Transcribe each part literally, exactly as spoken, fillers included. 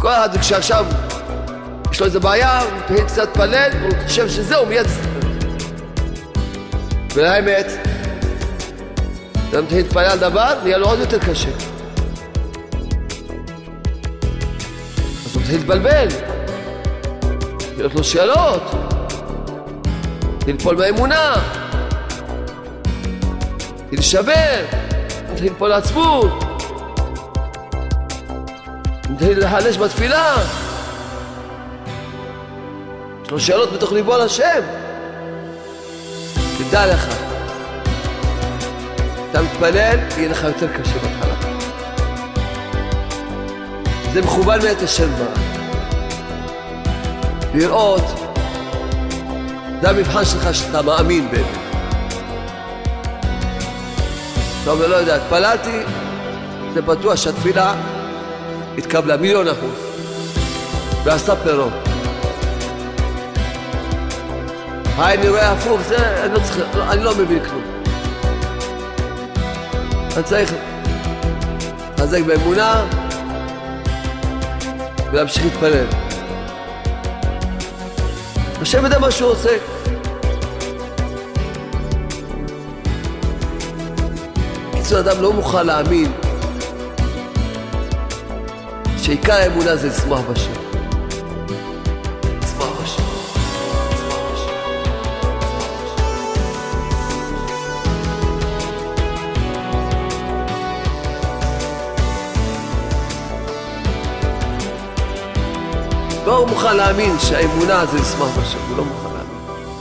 כל אחד כשעכשיו יש לו איזה בעיה, הוא מתחיל קצת פלל, הוא חושב שזהו, מיד ולאמת אתה מתחיל להתפלל על דבר, נהיה לו עוד יותר קשה, אז הוא מתחיל להתבלבל, יש לו שאלות, מתחיל לפעול באמונה, מתחיל לשבר, מתחיל לפעול לעצבות, מתחיל להלש בתפילה, יש לו שאלות בתוך ליבו על השם. תדע לך, אתה מתפלל, יהיה לך יותר קשה בהתחלה. זה מכוון מאת השם בה. לראות, זה המבחן שלך שאתה מאמין באמת. אתה אומר, לא יודע, התפללתי, זה בטוח שהתפילה התקבלה מיליון אחוז ועשתה פירות. היי, אני רואה הפוך, זה, אני לא צריך, אני לא מבין כלום. אני צריך לחזק באמונה ולהמשיך להתפלל. השם יודע מה שהוא עושה. קיצור, אדם לא מוכן להאמין שעיקר האמונה זה לשמוח בשם. לשמוח בשם. לא הוא מוכן להאמין שהאמונה זה לשמח בשם, הוא לא מוכן להאמין.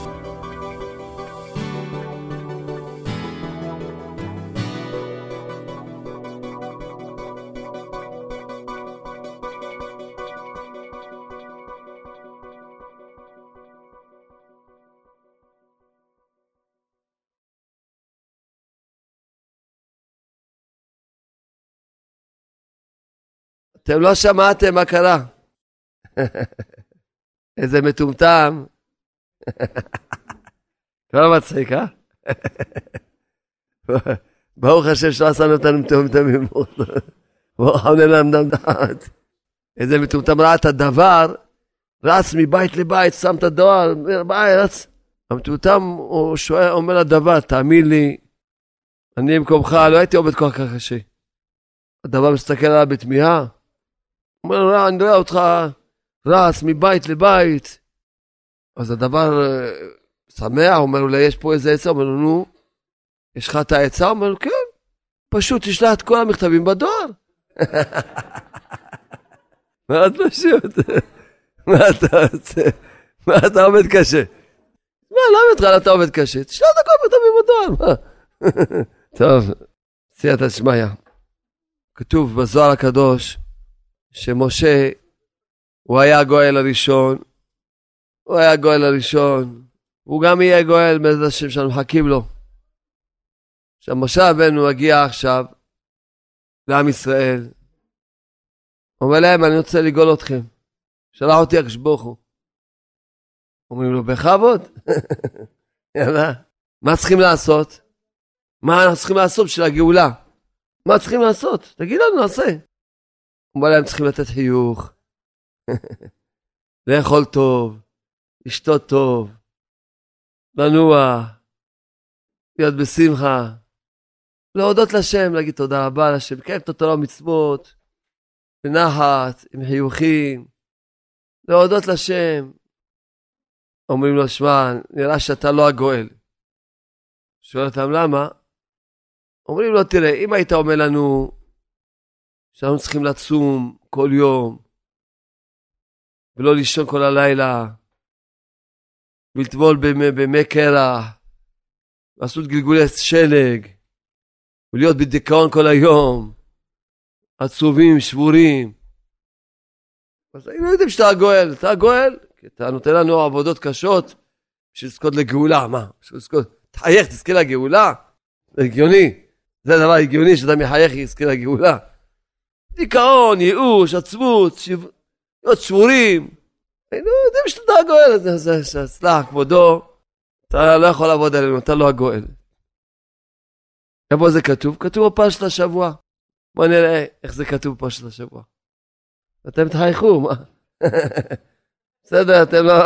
אתם לא שמעתם מה קרה. איזה מטומטם. לא מצחיק, אה? ברוך השם שלא עשינו אותנו מטומטמים. ברוך עונה להם דעת. איזה מטומטם ראה את הדבר, רץ מבית לבית, שם את הדואר, רץ. המטומטם הוא שואל, אומר לדבר, תאמין לי, אני במקומך, לא הייתי עובד כל כך קשה. הדבר מסתכל עליו בתמיהה, הוא אומר, אני רואה אותך, רץ מבית לבית. אז הדבר שמח, הוא אומר לו, יש פה איזה עצה, הוא אומר לו, נו, יש לך את העצה? הוא אומר לו, כן, פשוט תשלח את כל המכתבים בדואר. מאוד פשוט. מה אתה רוצה? מה אתה עובד קשה? מה, למה אותך אתה עובד קשה? תשלח את כל המכתבים בדואר. טוב, סייעתא שמיא. כתוב בזוהר הקדוש, שמשה, הוא היה הגואל הראשון, הוא היה הגואל הראשון, הוא גם יהיה גואל בעזרת השם שאנחנו מחכים לו. עכשיו משה רבנו הגיע עכשיו לעם ישראל, אומר להם, אני רוצה לגאול אתכם, שלח אותי הקדוש ברוך הוא. אומרים לו, בכבוד. יאללה, מה צריכים לעשות? מה אנחנו צריכים לעשות בשביל הגאולה? מה צריכים לעשות? תגיד לנו, נעשה. אומר להם, צריכים לתת חיוך, לאכול טוב, לשתות טוב, לנוע, להיות בשמחה, להודות לשם, להגיד תודה רבה לשם, כן, תודה ומצוות, בנחת, עם חיוכים, להודות לשם. אומרים לו, שמע, נראה שאתה לא הגואל. שואל אותם למה? אומרים לו, תראה, אם היית אומר לנו שאנחנו צריכים לצום כל יום, ולא לישון כל הלילה, ולטבול במי, במי קרח, לעשות גלגולי שלג, ולהיות בדיכאון כל היום, עצובים, שבורים. אז היינו יודעים שאתה הגואל, אתה הגואל, כי אתה נותן לנו עבודות קשות, בשביל לזכות לגאולה, מה? בשביל לזכות, תחייך, תזכה לגאולה, זה הגיוני, זה דבר הגיוני שאתה מחייך, תזכה לגאולה. דיכאון, ייאוש, עצבות, להיות שבורים, היינו יודעים שאתה הגואל, סלח, כבודו, אתה לא יכול לעבוד עלינו, אתה לא הגואל. איפה זה כתוב? כתוב בפרשת השבוע. בוא נראה איך זה כתוב בפרשת השבוע. אתם תחייכו, מה? בסדר, אתם לא...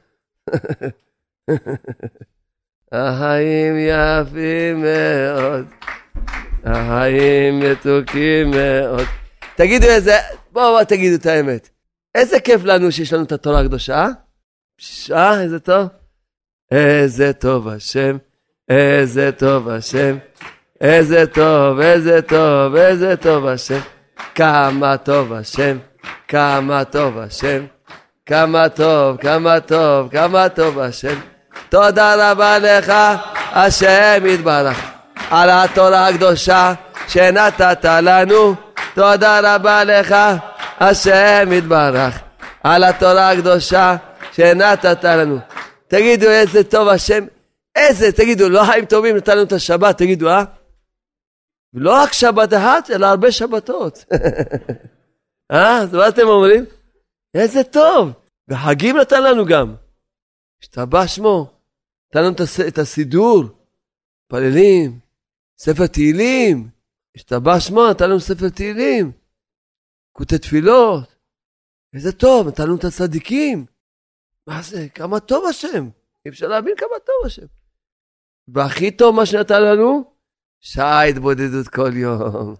החיים יפים מאוד, החיים מתוקים מאוד. תגידו איזה, בואו בואו תגידו את האמת. איזה כיף לנו שיש לנו את התורה הקדושה, אה? איזה טוב? איזה טוב השם, איזה טוב השם, איזה טוב, איזה טוב, איזה טוב השם. כמה טוב השם, כמה טוב השם, כמה טוב, כמה טוב, כמה טוב השם. תודה רבה לך השם יתברך על התורה הקדושה שנתת לנו. תודה רבה לך השם יתברך על התורה הקדושה שנתת לנו. תגידו איזה טוב השם, איזה, תגידו, לא חיים טובים נתן לנו את השבת, תגידו, אה? לא רק שבת אחת, אלא הרבה שבתות. אה? אז מה אתם אומרים? איזה טוב. וחגים נתן לנו גם. השתבח שמו. נתן לנו את הסידור. פללים. ספר תהילים. השתבח שמו, נתן לנו ספר תהילים. קוטי תפילות. איזה טוב, נתן לנו את הצדיקים. מה זה? כמה טוב השם. אי אפשר להבין כמה טוב השם. והכי טוב מה שנתן לנו, שעה התבודדות כל יום.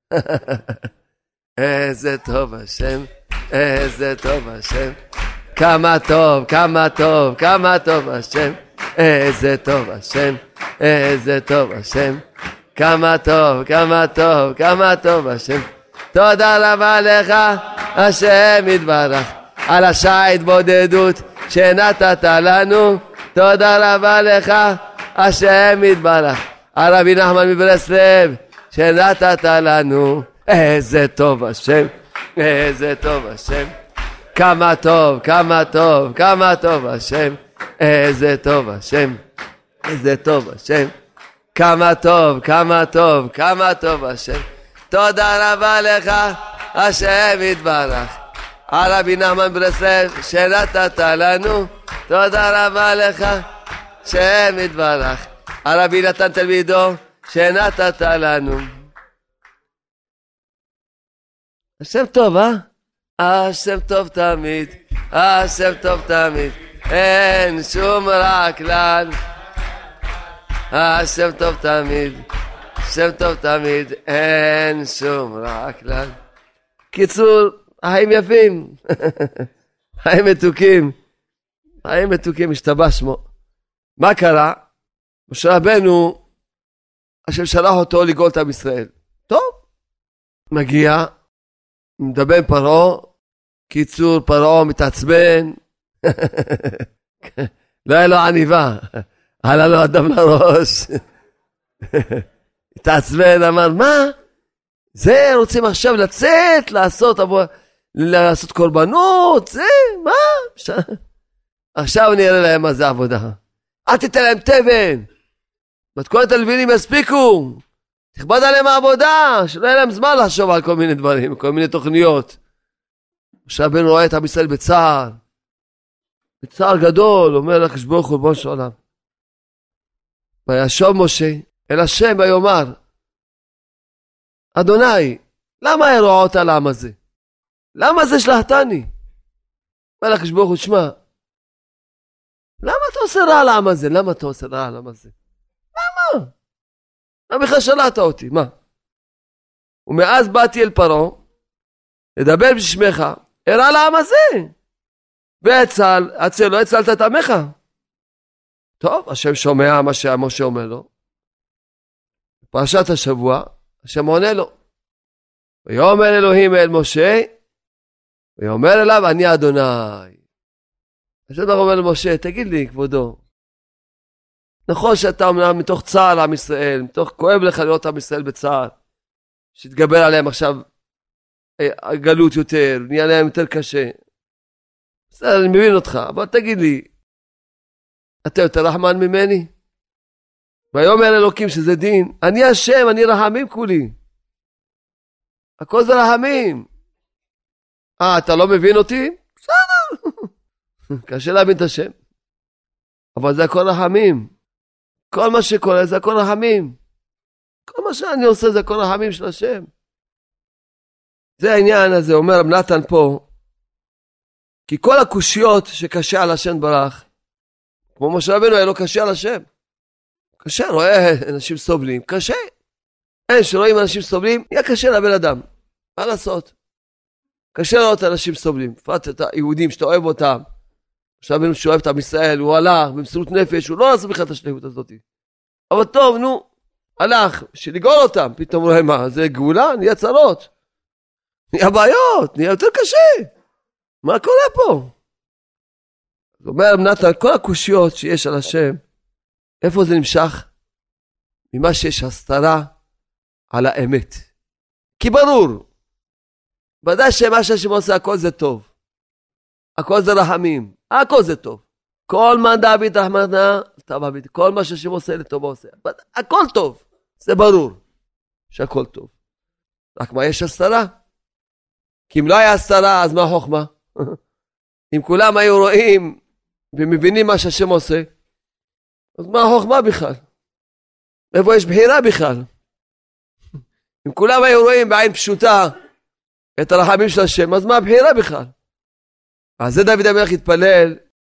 איזה טוב השם, איזה טוב השם. כמה טוב, כמה טוב, כמה טוב השם. איזה טוב השם, איזה טוב השם. כמה טוב, כמה טוב, כמה טוב השם. תודה רבה לך השם יתברך על השעה התבודדות שנתת לנו. תודה רבה לך השם יתברך על רבי נחמן מברסלב שנתת לנו. איזה טוב השם, איזה טוב השם. כמה טוב, כמה טוב, כמה טוב השם. איזה טוב השם, איזה טוב השם. כמה טוב, כמה טוב, כמה טוב השם. תודה רבה לך השם יתברך על רבי נחמן מברסלב שנתת לנו. תודה רבה לך השם יתברך על רבי נתן תלמידו שנתת לנו. השם טוב, אה? השם טוב תמיד, השם טוב תמיד, אין שום רע כלל. השם טוב תמיד, השם טוב תמיד, אין שום רע כלל. קיצור, החיים יפים, חיים מתוקים, חיים מתוקים, השתבח שמו. מה קרה? משה רבנו, השם שלח אותו לגאול את עם ישראל. טוב, מגיע, מדבר עם פרעה, קיצור, פרעה מתעצבן, לא היה לו עניבה, עלה לו אדם לראש, התעצבן, אמר, מה? זה רוצים עכשיו לצאת, לעשות, לעשות קורבנות, זה, מה? עכשיו נראה להם מה זה עבודה. אל תיתן להם תבן, מתכונת הלווינים יספיקו, תכבד עליהם העבודה, שלא יהיה להם זמן לחשוב על כל מיני דברים, כל מיני תוכניות. עכשיו בן רואה את עם ישראל בצער, בצער גדול, אומר לקדוש ברוך הוא ריבונו של עולם. וישוב משה אל השם ויאמר, אדוני, למה הרעות על העם הזה? למה זה שלחתני? אומר לקדוש ברוך הוא, שמע, למה אתה עושה רע על העם הזה? למה אתה עושה רע על העם הזה? למה? למה בכלל שלחת אותי? מה? ומאז באתי אל פרעה, לדבר בשמך, הרע על העם הזה. והצל, הצל לא הצלת את עמך. טוב, השם שומע מה שמשה אומר לו. פרשת השבוע, השם עונה לו. ויאמר אלוהים אל משה, ויאמר אליו, אני אדוני. השם אומר למשה, תגיד לי, כבודו, נכון שאתה אומר מתוך צער לעם ישראל, מתוך כואב לך לראות עם ישראל בצער, שתגבר עליהם עכשיו הגלות יותר, נהיה להם יותר קשה. בסדר, אני מבין אותך, אבל תגיד לי, אתה יותר רחמן ממני? ויאמר אלוקים שזה דין, אני השם, אני רחמים כולי. הכל זה רחמים. אה, אתה לא מבין אותי? בסדר. קשה להבין את השם. אבל זה הכל רחמים. כל מה שקורה זה הכל רחמים. כל מה שאני עושה זה הכל רחמים של השם. זה העניין הזה, אומר רב נתן פה, כי כל הקושיות שקשה על השם ברח, כמו משה רבנו היה לו קשה על השם. קשה, רואה אנשים סובלים, קשה. אין, שרואים אנשים סובלים, יהיה קשה לבן אדם. מה לעשות? קשה לראות אנשים סובלים. בפרט את היהודים שאתה אוהב אותם. משה רבנו שאוהב את עם ישראל, הוא הלך במסירות נפש, הוא לא עשה בכלל את השליחות הזאת. אבל טוב, נו, הלך, שלגאול אותם, פתאום רואה מה, זה גאולה, נהיה צרות. נהיה בעיות, נהיה יותר קשה. מה קורה פה? זאת אומרת, נתן, כל הקושיות שיש על השם, איפה זה נמשך? ממה שיש הסתרה על האמת. כי ברור, ודאי שמה שהשם עושה, הכל זה טוב. הכל זה רחמים, הכל זה טוב. כל מה דוד רחמנה, כל מה שהשם עושה לטוב עושה. הכל טוב, זה ברור שהכל טוב. רק מה יש הסתרה? כי אם לא היה הסתרה, אז מה החוכמה? אם כולם היו רואים ומבינים מה שהשם עושה, אז מה החוכמה בכלל? איפה יש בחירה בכלל? אם כולם היו רואים בעין פשוטה את הרחמים של השם, אז מה הבחירה בכלל? אז זה דוד המלך התפלל,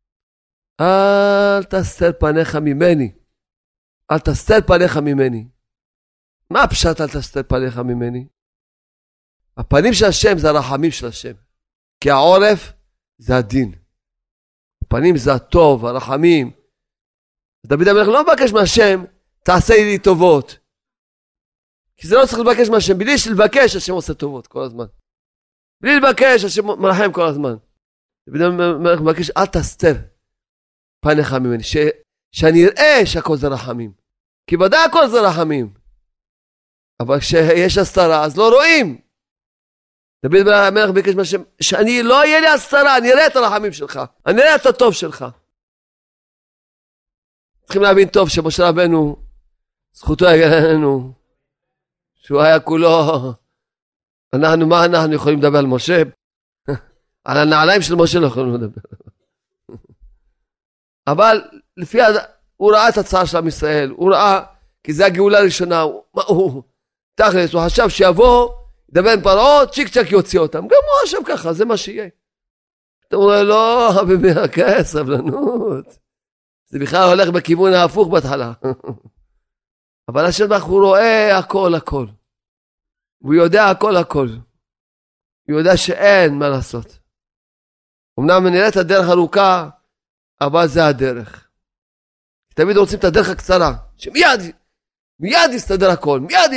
אל תסתר פניך ממני, אל תסתר פניך ממני. מה הפשט אל תסתר פניך ממני? הפנים של השם זה הרחמים של השם, כי העורף זה הדין. הפנים זה הטוב, הרחמים. דוד המלך לא מבקש מהשם, תעשה לי טובות. כי זה לא צריך לבקש מהשם, בלי שלבקש, השם עושה טובות כל הזמן. בלי לבקש, השם מרחם כל הזמן. דוד המלך מבקש, אל תסתר פניך ממני, ש... שאני אראה שהכל זה רחמים. כי ודאי הכל זה רחמים. אבל כשיש הסתרה, אז לא רואים. דוד המלך ביקש מהשם, שאני לא יהיה לי הסתרה, אני אראה את הרחמים שלך, אני אראה את הטוב שלך. צריכים להבין טוב שמשה רבנו, זכותו יגן לנו, שהוא היה כולו, אנחנו, מה אנחנו יכולים לדבר על משה? על הנעליים של משה לא יכולים לדבר. אבל לפי, הוא ראה את הצער של עם ישראל, הוא ראה, כי זה הגאולה הראשונה, הוא, מה הוא, תכלס, הוא חשב שיבוא, ידבר עם פרעות, צ'יק צ'ק יוציא אותם. גם הוא חשב ככה, זה מה שיהיה. אתה אומר, לא, חביבי, חכה, סבלנות. זה בכלל הולך בכיוון ההפוך בהתחלה. אבל השם הוא רואה הכל הכל. והוא יודע הכל הכל. הוא יודע שאין מה לעשות. אמנם נראית הדרך ארוכה, אבל זה הדרך. תמיד רוצים את הדרך הקצרה, שמיד, מיד יסתדר הכל, מיד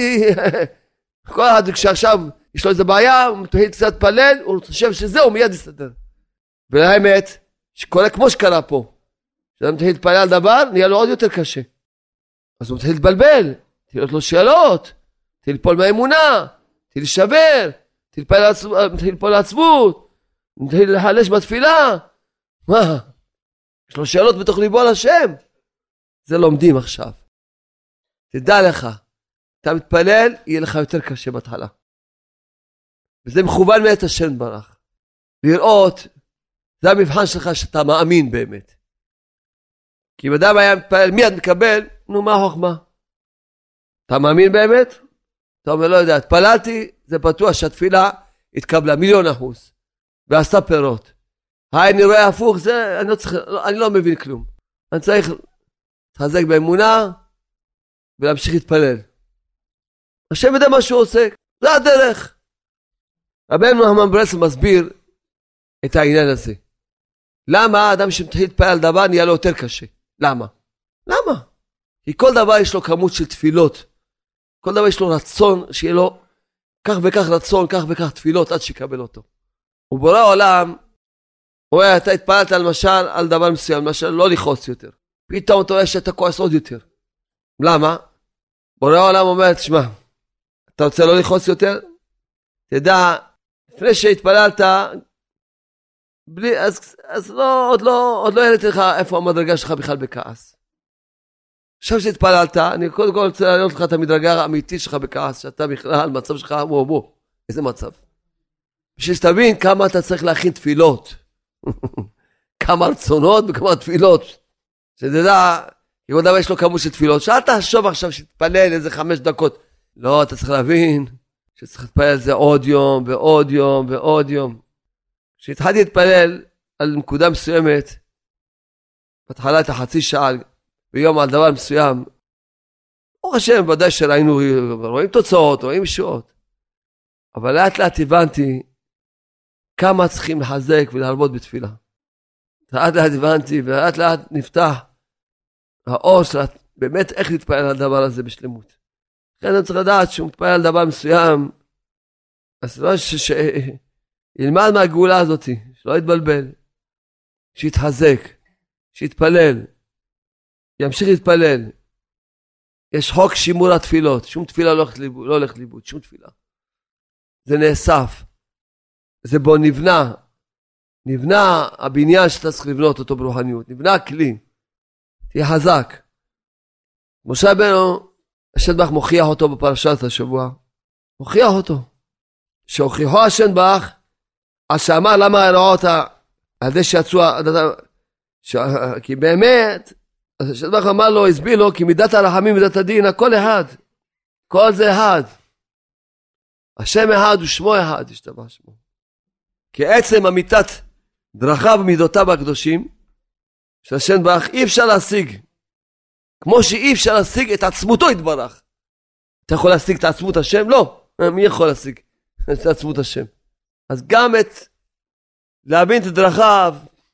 כל אחד כשעכשיו יש לו איזה בעיה, הוא מתחיל קצת פלל, הוא חושב שזהו, מיד יסתדר. ולאמת, שקורה כמו שקרה פה, כשאדם מתחיל להתפלל על דבר, נהיה לו עוד יותר קשה. אז הוא מתחיל להתבלבל, מתחיל להיות לו שאלות, מתחיל ליפול מהאמונה, מתחיל לשבר, מתחיל ליפול לעצבות, מתחיל לחלש בתפילה. מה? יש לו שאלות בתוך ליבו על השם. זה לומדים עכשיו. תדע לך, אתה מתפלל, יהיה לך יותר קשה בהתחלה. וזה מכוון מאת השם ברח. לראות, זה המבחן שלך שאתה מאמין באמת. כי אם אדם היה מתפלל, מיד מקבל, נו מה החוכמה? אתה מאמין באמת? אתה אומר, לא יודע, התפללתי, זה בטוח שהתפילה התקבלה מיליון אחוז, ועשתה פירות. היי, אני רואה הפוך, זה, אני לא צריך, אני לא מבין כלום. אני צריך להתחזק באמונה, ולהמשיך להתפלל. השם יודע מה שהוא עושה, זה הדרך. רבנו נחמן מברסלב מסביר את העניין הזה. למה האדם שמתחיל להתפלל על דבר נהיה לו יותר קשה? למה? למה? כי כל דבר יש לו כמות של תפילות. כל דבר יש לו רצון, שיהיה לו כך וכך רצון, כך וכך תפילות עד שיקבל אותו. ובורא עולם, הוא היה, אתה התפללת על משל, על דבר מסוים, למשל לא לכעוס יותר. פתאום אתה רואה שאתה כועס עוד יותר. למה? בורא עולם אומר, תשמע, אתה רוצה לא לכעוס יותר? תדע, לפני שהתפללת, בלי, אז, אז לא, עוד לא, עוד לא יראיתי לך איפה המדרגה שלך בכלל בכעס. עכשיו שהתפללת, אני קודם כל רוצה להעלות לך את המדרגה האמיתית שלך בכעס, שאתה בכלל, מצב שלך, בוא בוא, איזה מצב. בשביל שתבין כמה אתה צריך להכין תפילות. כמה רצונות וכמה תפילות. שתדע, כל דבר יש לו כמות של תפילות. שאל תחשוב עכשיו שתתפלל איזה חמש דקות. לא, אתה צריך להבין שצריך להתפלל על זה עוד יום ועוד יום ועוד יום. כשהתחלתי להתפלל על נקודה מסוימת, בהתחלה את החצי שעה ביום על דבר מסוים, ברוך השם, ודאי שראינו, רואים תוצאות, רואים ישועות. אבל לאט לאט הבנתי כמה צריכים לחזק ולהרבות בתפילה. לאט לאט הבנתי, ולאט לאט נפתח האור של באמת איך להתפעל על הדבר הזה בשלמות. לכן אני צריך לדעת שהוא מתפעל על דבר מסוים, אז לא שילמד מהגאולה הזאת, שלא יתבלבל, שיתחזק, שיתפלל, ימשיך להתפלל. יש חוק שימור התפילות, שום תפילה לא הולכת לאיבוד, לא הולכת לאיבוד, שום תפילה. זה נאסף, זה בו נבנה, נבנה הבניין שאתה צריך לבנות אותו ברוחניות, נבנה הכלי, תהיה חזק. משה רבנו, השם ברך מוכיח אותו בפרשת השבוע, מוכיח אותו, שהוכיחו השם ברך, אז שאמר למה הראו אותה, על זה שיצאו, ש... כי באמת, אז השם ברך אמר לו, הסביר לו, כי מידת הרחמים ומידת הדין, הכל אחד, כל זה אחד. השם אחד ושמו אחד, ישתבח שמו. כי עצם אמיתת דרכיו ומידותיו הקדושים, של השם ברך אי אפשר להשיג, כמו שאי אפשר להשיג את עצמותו יתברך. אתה יכול להשיג את עצמות השם? לא. מי יכול להשיג את עצמות השם? אז גם את, להבין את דרכיו,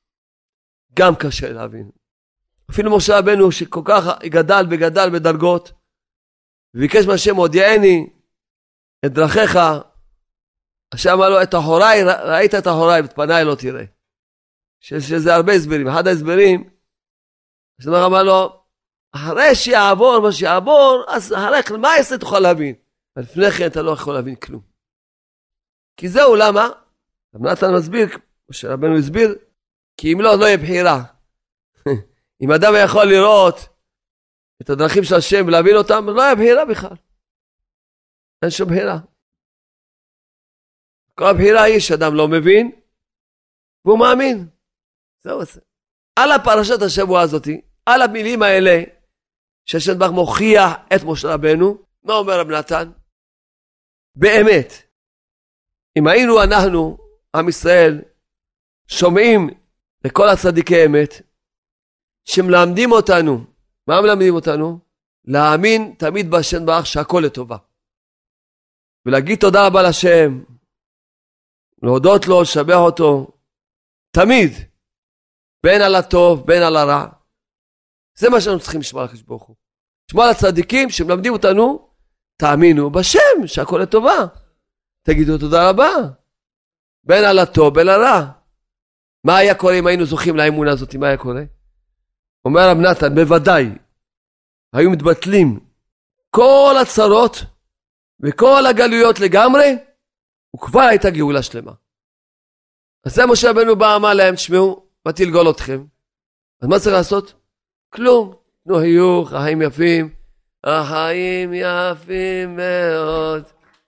גם קשה להבין. אפילו משה רבנו שכל כך גדל וגדל בדרגות, וביקש מהשם הודיעני את דרכיך, השם אמר לו את אחוריי, ראית את אחוריי ואת פניי לא תראה. שזה הרבה הסברים. אחד ההסברים, השם אמר לו, אחרי שיעבור מה שיעבור, אז אחרי מה יעשה תוכל להבין. ולפני כן אתה לא יכול להבין כלום. כי זהו למה? רב נתן מסביר, כמו שרבנו הסביר, כי אם לא, לא יהיה בחירה. אם אדם יכול לראות את הדרכים של השם ולהבין אותם, לא יהיה בחירה בכלל. אין שום בחירה. כל הבחירה היא שאדם לא מבין, והוא מאמין. זהו זה. על הפרשת השבוע הזאת, על המילים האלה, שהשם ברך מוכיח את משה רבנו, מה אומר רב נתן? באמת, אם היינו אנחנו, עם ישראל, שומעים לכל הצדיקי אמת, שמלמדים אותנו, מה מלמדים אותנו? להאמין תמיד בהשם ברך שהכל לטובה. ולהגיד תודה רבה לשם, להודות לו, לשבח אותו, תמיד, בין על הטוב, בין על הרע. זה מה שאנחנו צריכים לשמוע על הקדוש ברוך הוא. לשמוע על הצדיקים שמלמדים אותנו, תאמינו בשם שהכל לטובה. תגידו תודה רבה. בין על הטוב, בין על הרע. מה היה קורה אם היינו זוכים לאמונה הזאת? מה היה קורה? אומר רב נתן, בוודאי, היו מתבטלים כל הצרות וכל הגלויות לגמרי, וכבר הייתה גאולה שלמה. אז זה משה רבנו בא אמר להם, תשמעו, באתי לגאול אתכם. אז מה צריך לעשות? כלום. נו, היו החיים יפים, החיים יפים מאוד,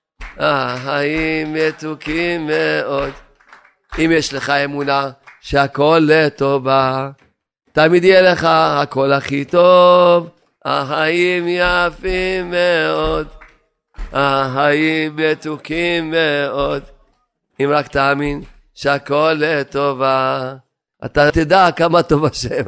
החיים מתוקים מאוד. אם יש לך אמונה שהכל לטובה, תמיד יהיה לך הכל הכי טוב, החיים יפים מאוד, החיים מתוקים מאוד. אם רק תאמין שהכל לטובה, אתה תדע כמה טוב השם.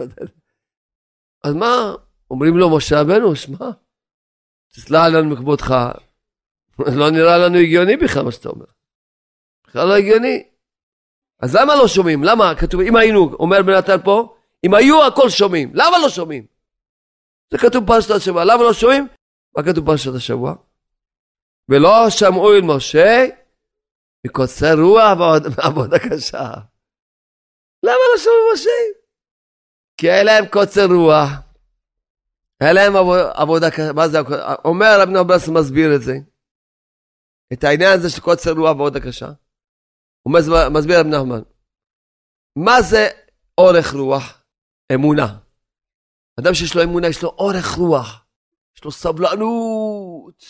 אז מה? אומרים לו משה רבנו, שמע, תסלח לנו מכבודך, לא נראה לנו הגיוני בכלל מה שאתה אומר. בכלל לא הגיוני. אז למה לא שומעים? למה? כתוב, אם היינו, אומר בן נתן פה, אם היו הכל שומעים, למה לא שומעים? זה כתוב פרשת השבוע, למה לא שומעים? מה כתוב פרשת השבוע? ולא שמעו אל משה, מקוצר רוח ועבודה קשה. למה לא שומעים משה? כי היה להם קוצר רוח, היה להם עבודה קשה. מה זה? אומר רב נברס מסביר את זה, את העניין הזה של קוצר רוח ועבודה קשה. הוא מסביר רב נחמן, מה זה אורך רוח? אמונה. אדם שיש לו אמונה, יש לו אורך רוח, יש לו סבלנות,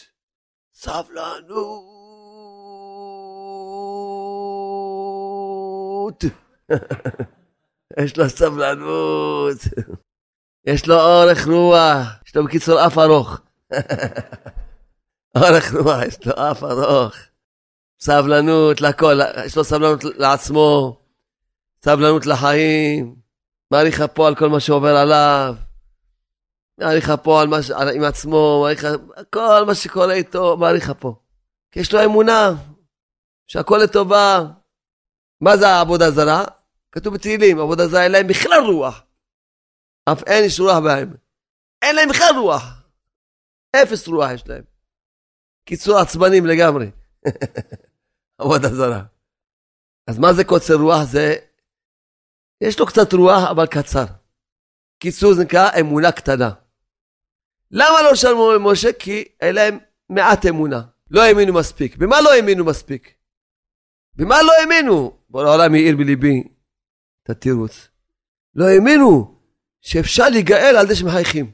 סבלנות. יש לו סבלנות, יש לו אורך רוח, יש לו בקיצור אף ארוך. אורך רוח, יש לו אף ארוך. סבלנות לכל, יש לו סבלנות לעצמו, סבלנות לחיים, מעריך פה על כל מה שעובר עליו, מעריך פה על מה ש... עם עצמו, מעריך כל מה שקורה איתו, מעריך פה. כי יש לו אמונה, שהכל לטובה. מה זה העבודה זרה? כתוב בתהילים, עבודה זרה אין להם בכלל רוח. אף אין יש רוח בהם. אין להם בכלל רוח. אפס רוח יש להם. קיצור עצבנים לגמרי. עבודה זרה. אז מה זה קוצר רוח? זה, יש לו קצת רוח אבל קצר. קיצור זה נקרא אמונה קטנה. למה לא שלמו משה? כי אין להם מעט אמונה. לא האמינו מספיק. במה לא האמינו מספיק? במה לא האמינו? בוא לעולם יאיר בליבי את התירוץ. לא האמינו שאפשר להיגאל על זה שמחייכים.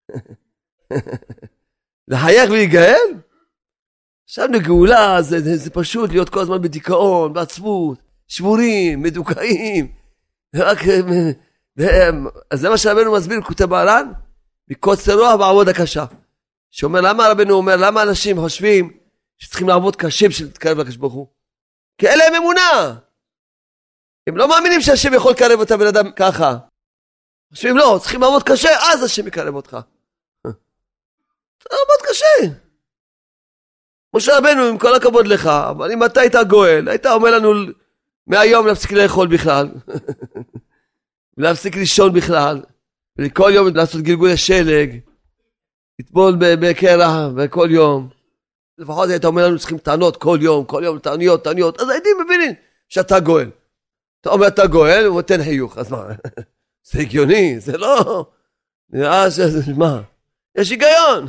לחייך ולהיגאל? עכשיו לגאולה זה, זה, זה פשוט להיות כל הזמן בדיכאון, בעצבות, שבורים, מדוכאים. רק, אז זה מה שרבנו מסביר, כותב בעלן, מקוצר רוח בעבודה קשה. שאומר, למה רבנו אומר, למה אנשים חושבים שצריכים לעבוד קשה בשביל להתקרב לקדוש ברוך הוא? כי אין להם אמונה. הם לא מאמינים שהשם יכול לקרב אותה בן אדם ככה. חושבים לא, צריכים לעבוד קשה, אז השם יקרב אותך. צריך לעבוד קשה. משה רבנו, עם כל הכבוד לך, אבל אם אתה היית גואל, היית אומר לנו מהיום להפסיק לאכול בכלל. להפסיק לישון בכלל. וכל יום לעשות גלגול השלג. לטבול בקרח וכל יום. לפחות היית אומר לנו צריכים טענות כל יום, כל יום טעניות, טעניות. אז הייתי מבינים שאתה גואל. אתה אומר אתה גואל ונותן חיוך. אז מה? זה הגיוני, זה לא... נראה שזה... מה? יש היגיון.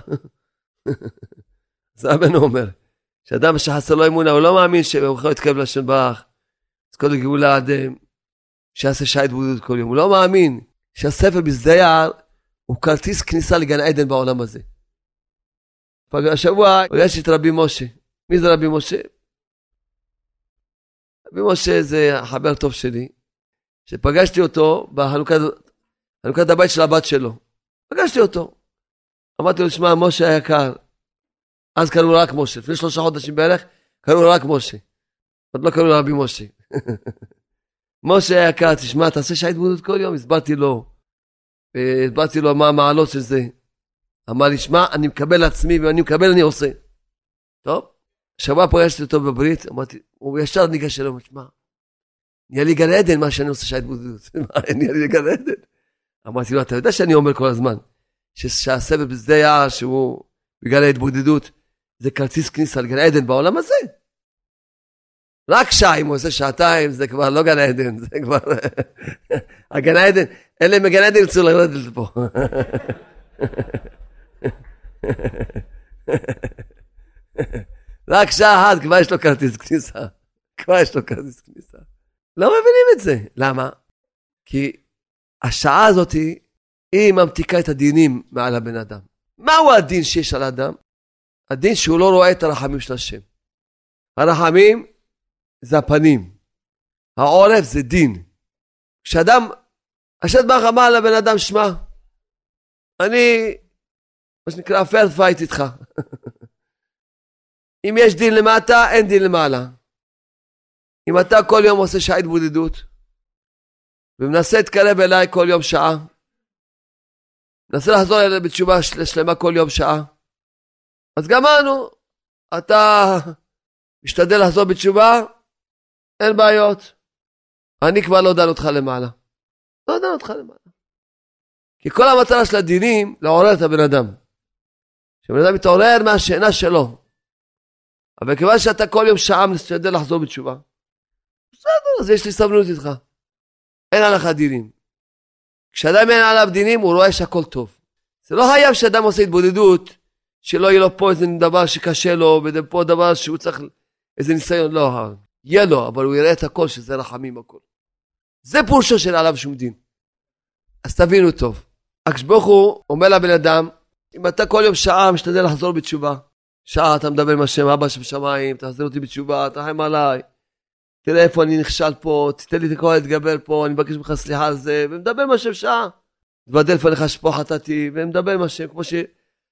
זה רבנו אומר. שאדם שחסר לו אמונה, הוא לא מאמין שהוא יכול להתקרב לשם ברך. אז כל הגאולה אדם. שיעשה שעה התבודדות כל יום. הוא לא מאמין שהספר בשדה יער הוא כרטיס כניסה לגן עדן בעולם הזה. השבוע יש את רבי משה. מי זה רבי משה? רבי משה זה החבר טוב שלי, שפגשתי אותו בחנוכת הבית של הבת שלו. פגשתי אותו. אמרתי לו, שמע, משה היקר. אז קראו לו רק משה. לפני שלושה חודשים בערך, קראו לו רק משה. עוד לא קראו לו רבי משה. משה היקר, תשמע, תעשה שעה התבודדות כל יום. הסברתי לו. הסברתי לו מה המעלות של זה. אמר לי, שמע, אני מקבל לעצמי, ואני מקבל, אני עושה. טוב? שבוע פגשתי אותו בברית, אמרתי, הוא ישר ניגש אליו, שמע, נהיה לי גן עדן מה שאני עושה שעה התבודדות. נהיה לי גן עדן. אמרתי לו, אתה יודע שאני אומר כל הזמן, שהסבב בשדה יער, שהוא בגלל ההתבודדות, זה כרטיס כניסה לגן עדן בעולם הזה. רק שעה, אם הוא עושה שעתיים, זה כבר לא גן עדן, זה כבר... הגן עדן, אלה מגן עדן ירצו לרדת פה. רק שעה אחת, כבר יש לו כרטיס כניסה. כבר יש לו כרטיס כניסה. לא מבינים את זה. למה? כי השעה הזאת היא ממתיקה את הדינים מעל הבן אדם. מהו הדין שיש על האדם? הדין שהוא לא רואה את הרחמים של השם. הרחמים זה הפנים. העורף זה דין. כשאדם, השם ברוך אמר על הבן אדם, שמע, אני, מה שנקרא, fair fight איתך. אם יש דין למטה, אין דין למעלה. אם אתה כל יום עושה שעה התבודדות, ומנסה להתקרב אליי כל יום שעה, מנסה לחזור אליי בתשובה שלמה כל יום שעה, אז גמרנו, אתה משתדל לחזור בתשובה, אין בעיות. אני כבר לא דן אותך למעלה. לא דן אותך למעלה. כי כל המטרה של הדינים, לעורר את הבן אדם. שהבן אדם מתעורר מהשינה שלו. אבל כיוון שאתה כל יום שעה משתדל לחזור בתשובה, בסדר, אז יש לי סבלנות איתך. אין עליך דינים. כשאדם אין עליו דינים, הוא רואה שהכל טוב. זה לא חייב שאדם עושה התבודדות, שלא יהיה לו פה איזה דבר שקשה לו, ופה דבר שהוא צריך איזה ניסיון, לא, יהיה לו, אבל הוא יראה את הכל, שזה רחמים הכל. זה פורשו של עליו שום דין. אז תבינו טוב. הקדוש ברוך הוא אומר לבן אדם, אם אתה כל יום שעה משתדל לחזור בתשובה, שעה אתה מדבר עם השם, אבא שבשמיים, תחזיר אותי בתשובה, תרחם עליי, תראה איפה אני נכשל פה, תתן לי את הכל להתגבר פה, אני מבקש ממך סליחה על זה, ומדבר עם השם שעה. תבדל לפניך שפה חטאתי, ומדבר עם השם, כמו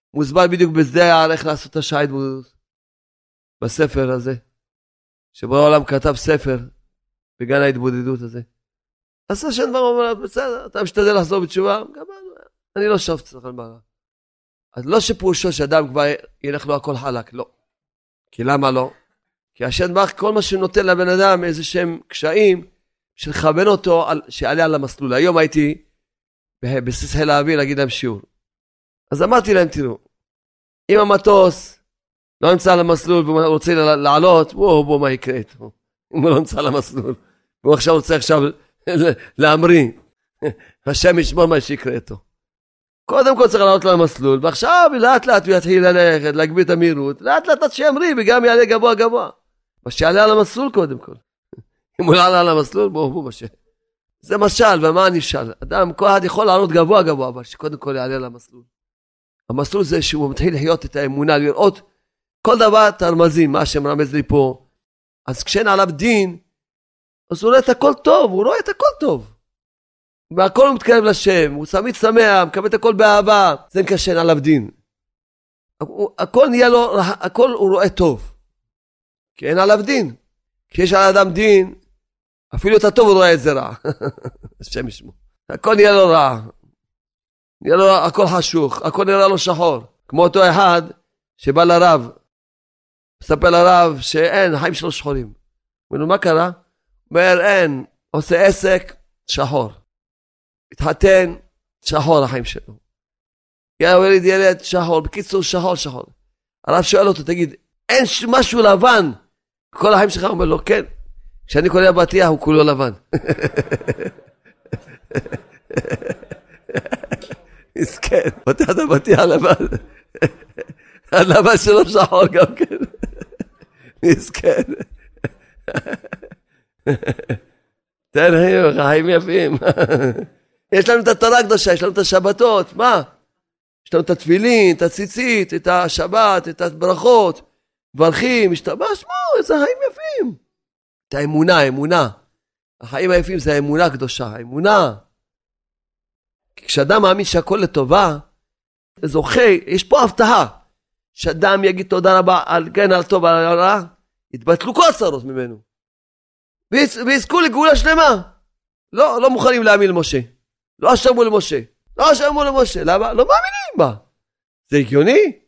מוסבר בדיוק בשדה היער איך לעשות את השעה התבודדות. בספר הזה. שבורא העולם כתב ספר בגן ההתבודדות הזה. אז השם דבר אומר, בסדר, אתה משתדל לחזור בתשובה, גם אני לא שוב צריך על מעלה. אז לא שפרושו שאדם כבר ילך לו הכל חלק, לא. כי למה לא? כי השם דבר כל מה שנותן לבן אדם איזה שהם קשיים, שלכוון אותו על, שיעלה על המסלול. היום הייתי בסיס חיל האוויר להגיד להם שיעור. אז אמרתי להם, תראו, אם המטוס לא נמצא על המסלול והוא רוצה לעלות, וואו, בוא, מה יקרה איתו? אם הוא לא נמצא על המסלול, והוא עכשיו רוצה עכשיו להמריא, השם ישמור מה שיקרה איתו. קודם כל צריך לעלות לו למסלול, ועכשיו לאט לאט הוא יתחיל ללכת, להגביר את המהירות, לאט לאט עד שימריא וגם יעלה גבוה גבוה. מה שיעלה על המסלול קודם כל. אם הוא לא עלה על המסלול, בואו, בואו, משל. זה משל, ומה אני שאל? אדם, כל אחד יכול לעלות גבוה גבוה, אבל שקודם כל יעלה על המסלול. המסלול זה שהוא מתחיל לחיות את האמונה, לראות כל דבר תרמזים, מה שמרמז לי פה. אז כשאין עליו דין, אז הוא רואה את הכל טוב, הוא רואה את הכל טוב. והכל הוא מתקרב לשם, הוא תמיד שמח, מקבל את הכל באהבה, זה כשאין עליו דין. הכל נהיה לו, הכל הוא רואה טוב. כי אין עליו דין. כי יש על האדם דין, אפילו את הטוב הוא רואה את זה רע. השם ישמו. הכל נהיה לו רע. נהיה לו הכל חשוך, הכל נראה לו שחור. כמו אותו אחד שבא לרב, מספר לרב שאין, החיים שלו שחורים. אומר לו, מה קרה? אומר, אין, עושה עסק, שחור. התחתן, שחור החיים שלו. ילד ילד, שחור, בקיצור שחור, שחור. הרב שואל אותו, תגיד, אין משהו לבן? כל החיים שלך אומר לו, כן. כשאני קורא בתיה, הוא כולו לבן. מסכן, פותח את הבתיה לבן. הלבן שלו שחור גם כן. מסכן. תן חיוך, חיים יפים. יש לנו את התורה הקדושה, יש לנו את השבתות, מה? יש לנו את התפילין, את הציצית, את השבת, את הברכות, מברכים, משתבש, מה? איזה חיים יפים. את האמונה, האמונה. החיים היפים זה האמונה הקדושה, האמונה. כשאדם מאמין שהכל לטובה, זוכה, יש פה הבטחה. שאדם יגיד תודה רבה על כן, על טוב, על רע, יתבטלו כל הצרות ממנו. ויזכו לגאולה שלמה. לא, לא מוכנים להאמין למשה. לא אשמו למשה. לא אשמו למשה. למה? לא מאמינים בה. זה הגיוני?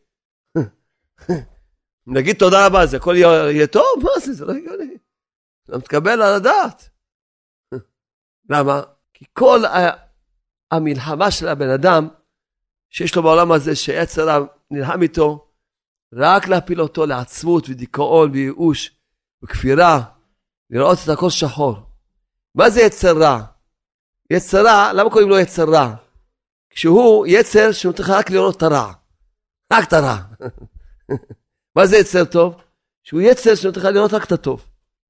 נגיד תודה רבה, זה הכל יהיה טוב? מה זה? זה לא הגיוני. לא מתקבל על הדעת. למה? כי כל המלחמה של הבן אדם, שיש לו בעולם הזה, שיצר נלחם איתו, רק להפיל אותו לעצבות ודיכאון וייאוש וכפירה, לראות את הכל שחור. מה זה יצר רע? יצר רע, למה קוראים לו יצר רע? כשהוא יצר שנותן לך רק לראות את הרע. רק את הרע. מה זה יצר טוב? שהוא יצר שנותן לך לראות רק את הטוב.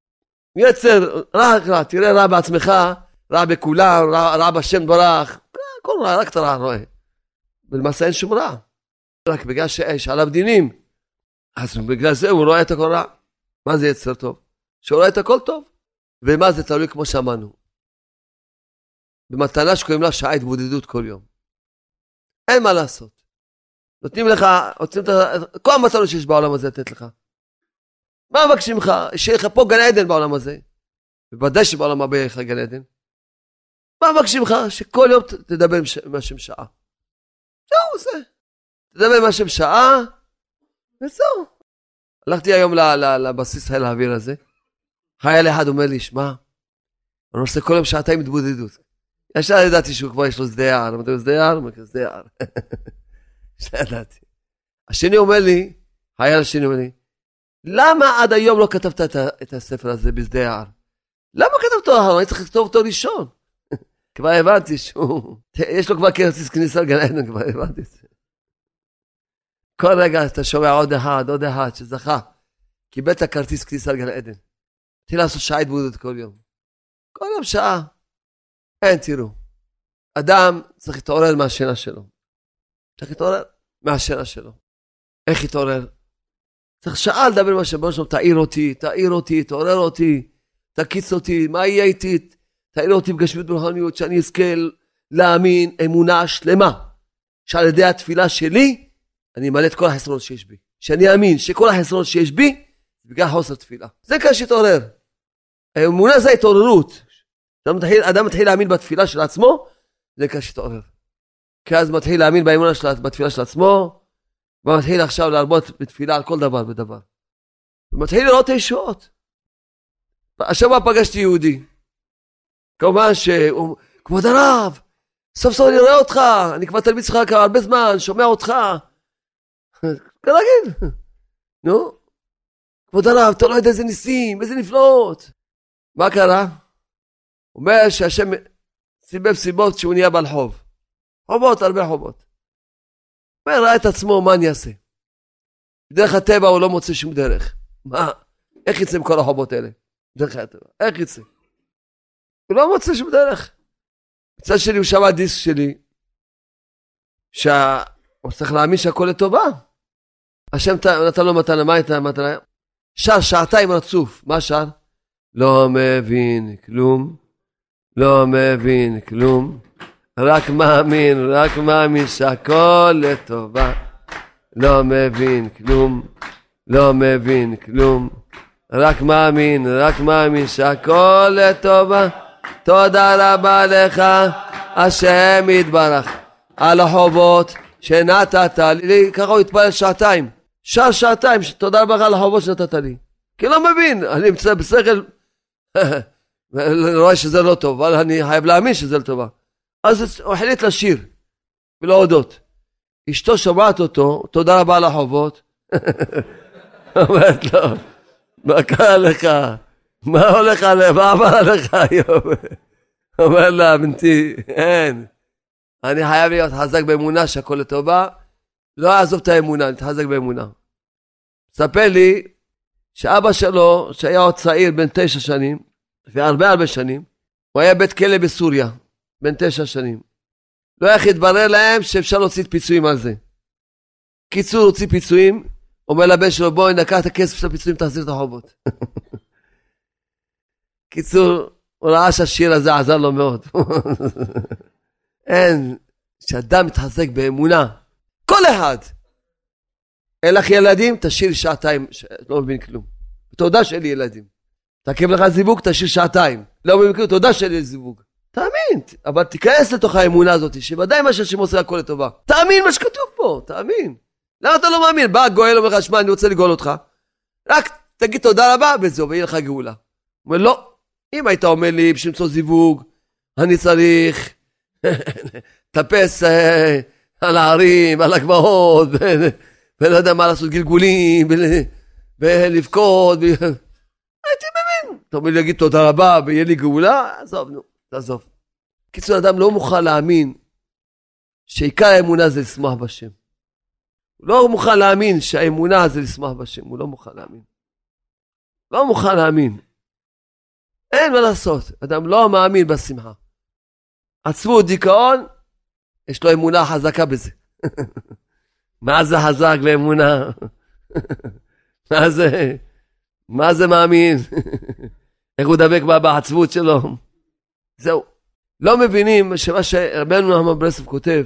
יצר רע, רע, תראה רע בעצמך, רע בכולם, רע, רע בשם ברך, כל רע, רק את הרע רואה. ולמעשה אין שום רע. רק בגלל שיש עליו דינים. אז בגלל זה הוא רואה את הכל רע. מה זה יצר טוב? שהוא רואה את הכל טוב. ומה זה תלוי כמו שאמרנו? במתנה שקוראים לה שעה התבודדות כל יום. אין מה לעשות. נותנים לך, נותנים לך, כל המתנות שיש בעולם הזה לתת לך. מה מבקשים לך? שיהיה לך פה גן עדן בעולם הזה. ובוודאי שבעולם הבא יהיה לך גן עדן. מה מבקשים לך? שכל יום תדבר עם השם שעה. זהו זה. תדבר עם השם שעה, וזהו. הלכתי היום לבסיס חיל האוויר הזה. חייל אחד אומר לי, שמע, אני עושה כל יום שעתיים התבודדות. ישר ידעתי שהוא כבר יש לו שדה יער. אמרתי לו, שדה יער? אמרתי לו, שדה יער. ישר ידעתי. השני אומר לי, חייל השני אומר לי, למה עד היום לא כתבת את, את הספר הזה בשדה יער? למה כתבתו? אני צריך לכתוב אותו ראשון. כבר הבנתי שהוא, יש לו כבר כרטיס כניסה לגן עדן, כבר הבנתי את זה. כל רגע אתה שומע עוד אחד, עוד אחד שזכה, קיבל את הכרטיס כניסה לגן עדן. תהיה לעשות שעה התבודדות כל יום. כל יום שעה. אין, תראו. אדם צריך להתעורר מהשינה שלו. צריך להתעורר מהשינה שלו. איך להתעורר? צריך שעה לדבר מה שבא שלו, תעיר אותי, תעיר אותי, תעורר אותי, תקיץ אותי, מה יהיה איתי? תעיר אותי בגשמיות ברוחניות, שאני אזכה להאמין אמונה שלמה, שעל ידי התפילה שלי, אני אמלא את כל החסרונות שיש בי. שאני אאמין שכל החסרונות שיש בי, בגלל חוסר תפילה. זה כאן שהתעורר. האמונה זה התעוררות. אדם מתחיל להאמין בתפילה של עצמו, זה כאן שהתעורר. כי אז מתחיל להאמין באמונה של, בתפילה של עצמו, ומתחיל עכשיו להרבות בתפילה על כל דבר ודבר. ומתחיל לראות הישועות. השבוע פגשתי יהודי. כמובן שהוא, כבוד הרב, סוף סוף אני רואה אותך, אני כבר תלמיד שלך כבר הרבה זמן, שומע אותך. כרגיל. נו, כבוד הרב, אתה לא יודע איזה ניסים, איזה נפלאות. מה קרה? הוא אומר שהשם סיבב סיבות שהוא נהיה בעל חוב. חובות, הרבה חובות. הוא אומר, ראה את עצמו, מה אני אעשה? בדרך הטבע הוא לא מוצא שום דרך. מה? איך יצא עם כל החובות האלה? בדרך הטבע. איך יצא? הוא לא מוצא שום דרך. בצד שלי הוא שמע דיסק שלי, שהוא צריך להאמין שהכל לטובה. השם נתן לו מתנה, מה הייתה מתנה? שר שעתיים רצוף. מה שר? לא מבין כלום, לא מבין כלום, רק מאמין, רק מאמין שהכל לטובה. לא מבין כלום, לא מבין כלום, רק מאמין, רק מאמין שהכל לטובה. תודה רבה לך, השם יתברך, על החובות שנתת לי. ככה הוא התפלל שעתיים, שר שעתיים, תודה רבה לך על החובות שנתת לי. כי לא מבין, אני מצא בשכל, אני רואה שזה לא טוב, אבל אני חייב להאמין שזה לטובה. אז הוא החליט לשיר ולהודות. אשתו שומעת אותו, תודה רבה על החובות. אומרת לו, מה קרה לך? מה הולך עליך? מה עבר עליך היום? אומר לה, בנתי, אין. אני חייב להיות חזק באמונה שהכל לטובה. לא אעזוב את האמונה, נתחזק באמונה. ספר לי שאבא שלו, שהיה עוד צעיר בן תשע שנים, והרבה הרבה שנים, הוא היה בית כלא בסוריה, בן תשע שנים. לא איך התברר להם שאפשר להוציא פיצויים על זה. קיצור, הוציא פיצויים, אומר לבן שלו, בואי נקח את הכסף של הפיצויים, תחזיר את החובות. קיצור, הוא ראה שהשיר הזה עזר לו מאוד. אין, שאדם מתחזק באמונה, כל אחד. אין לך ילדים, תשאיר שעתיים, לא מבין כלום. תודה שאין לי ילדים. תקב לך זיווג, תשאיר שעתיים. לא מבין כלום, תודה שאין לי זיווג. תאמין, אבל תיכנס לתוך האמונה הזאת, שוודאי מה שהשם עושה הכל לטובה. תאמין מה שכתוב פה, תאמין. למה אתה לא מאמין? בא גואל אומר לך, שמע, אני רוצה לגאול אותך. רק תגיד תודה רבה וזהו, ויהיה לך גאולה. הוא אומר, לא. אם היית אומר לי, בשביל למצוא זיווג, אני צריך לטפס אה, על הערים, על הגבעות, ולא יודע מה לעשות גלגולים, ולבכות. הייתי מבין. אתה אומר לי, להגיד תודה רבה, ויהיה לי גאולה, עזוב, נו, תעזוב. קיצור, אדם לא מוכן להאמין שעיקר האמונה זה לשמח בשם. הוא לא מוכן להאמין שהאמונה זה לשמח בשם, הוא לא מוכן להאמין. לא מוכן להאמין. אין מה לעשות, אדם לא מאמין בשמחה. עצבות, דיכאון, יש לו אמונה חזקה בזה. מה זה חזק באמונה? מה זה? מה זה מאמין? איך הוא דבק בעצבות שלו? זהו. לא מבינים שמה שרבנו נחמן ברסלב כותב,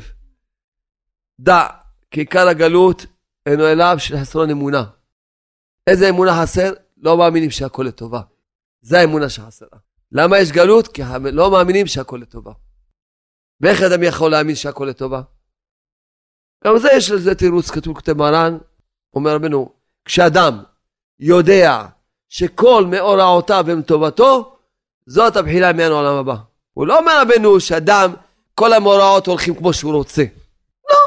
דע, כי עיקר הגלות אינו אליו של חסרון אמונה. איזה אמונה חסר? לא מאמינים שהכל לטובה. זה האמונה שחסרה. למה יש גלות? כי לא מאמינים שהכל לטובה. ואיך אדם יכול להאמין שהכל לטובה? גם זה יש לזה תירוץ, כתוב כתב מרן, אומר רבנו, כשאדם יודע שכל מאורעותיו הם טובתו, זאת הבחינה מעין העולם הבא. הוא לא אומר רבנו שאדם, כל המאורעות הולכים כמו שהוא רוצה. לא.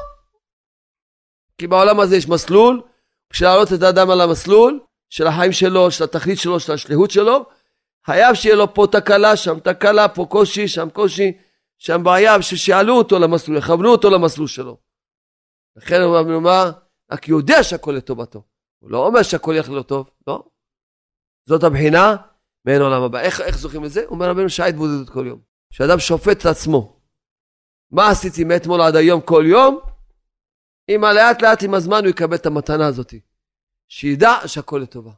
כי בעולם הזה יש מסלול, בשביל להעלות את האדם על המסלול, של החיים שלו, של התכלית שלו, של השליחות שלו, חייב שיהיה לו פה תקלה, שם תקלה, פה קושי, שם קושי, שם בעיה, ששאלו אותו למסלול, יכוונו אותו למסלול שלו. לכן הוא אומר, רק יודע שהכל לטובתו. הוא לא אומר שהכל יחל לו טוב, לא. זאת הבחינה, מעין עולם הבא. איך, איך זוכים לזה? הוא אומר רבנו שעה התבודדות כל יום. שאדם שופט את עצמו. מה עשיתי מאתמול עד היום כל יום? אם לאט לאט עם הזמן הוא יקבל את המתנה הזאת. שידע שהכל לטובה.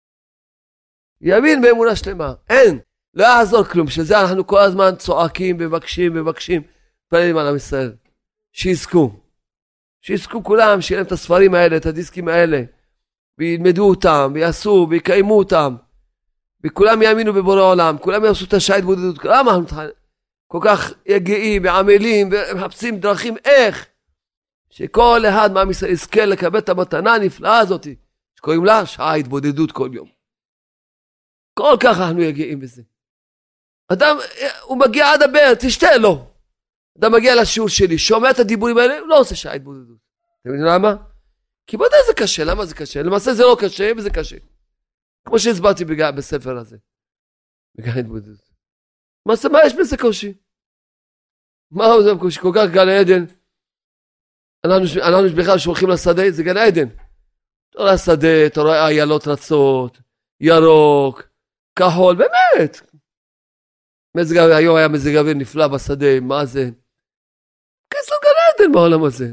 יאמין באמונה שלמה. אין. לא יעזור כלום. שזה אנחנו כל הזמן צועקים, מבקשים, מבקשים. פללים על עם ישראל. שיזכו. שיזכו כולם, שיהיה להם את הספרים האלה, את הדיסקים האלה, וילמדו אותם, ויעשו, ויקיימו אותם, וכולם יאמינו בבורא העולם, כולם יעשו את השעה התבודדות. למה אנחנו כל כך יגעים ועמלים ומחפשים דרכים איך שכל אחד מעם ישראל יזכה לקבל את המתנה הנפלאה הזאת, שקוראים לה שעה התבודדות כל יום. כל כך אנחנו יגעים בזה. אדם, הוא מגיע עד הבאר, תשתה לו. אדם מגיע לשיעור שלי, שומע את הדיבורים האלה, הוא לא עושה שעה התבודדות. אתם יודעים למה? כי בוודאי זה קשה. למה זה קשה? למעשה זה לא קשה וזה קשה. כמו שהסברתי בספר הזה. בגלל התבודדות. למעשה, מה יש בזה קושי? מה זה קושי? כל כך גן עדן. אנחנו, אנחנו בכלל שהולכים לשדה, זה גן עדן. אתה רואה שדה, אתה רואה איילות רצות, ירוק, כחול, באמת. מזג, היום היה מזג אוויר נפלא בשדה, מה זה? כסלו גן עדן בעולם הזה.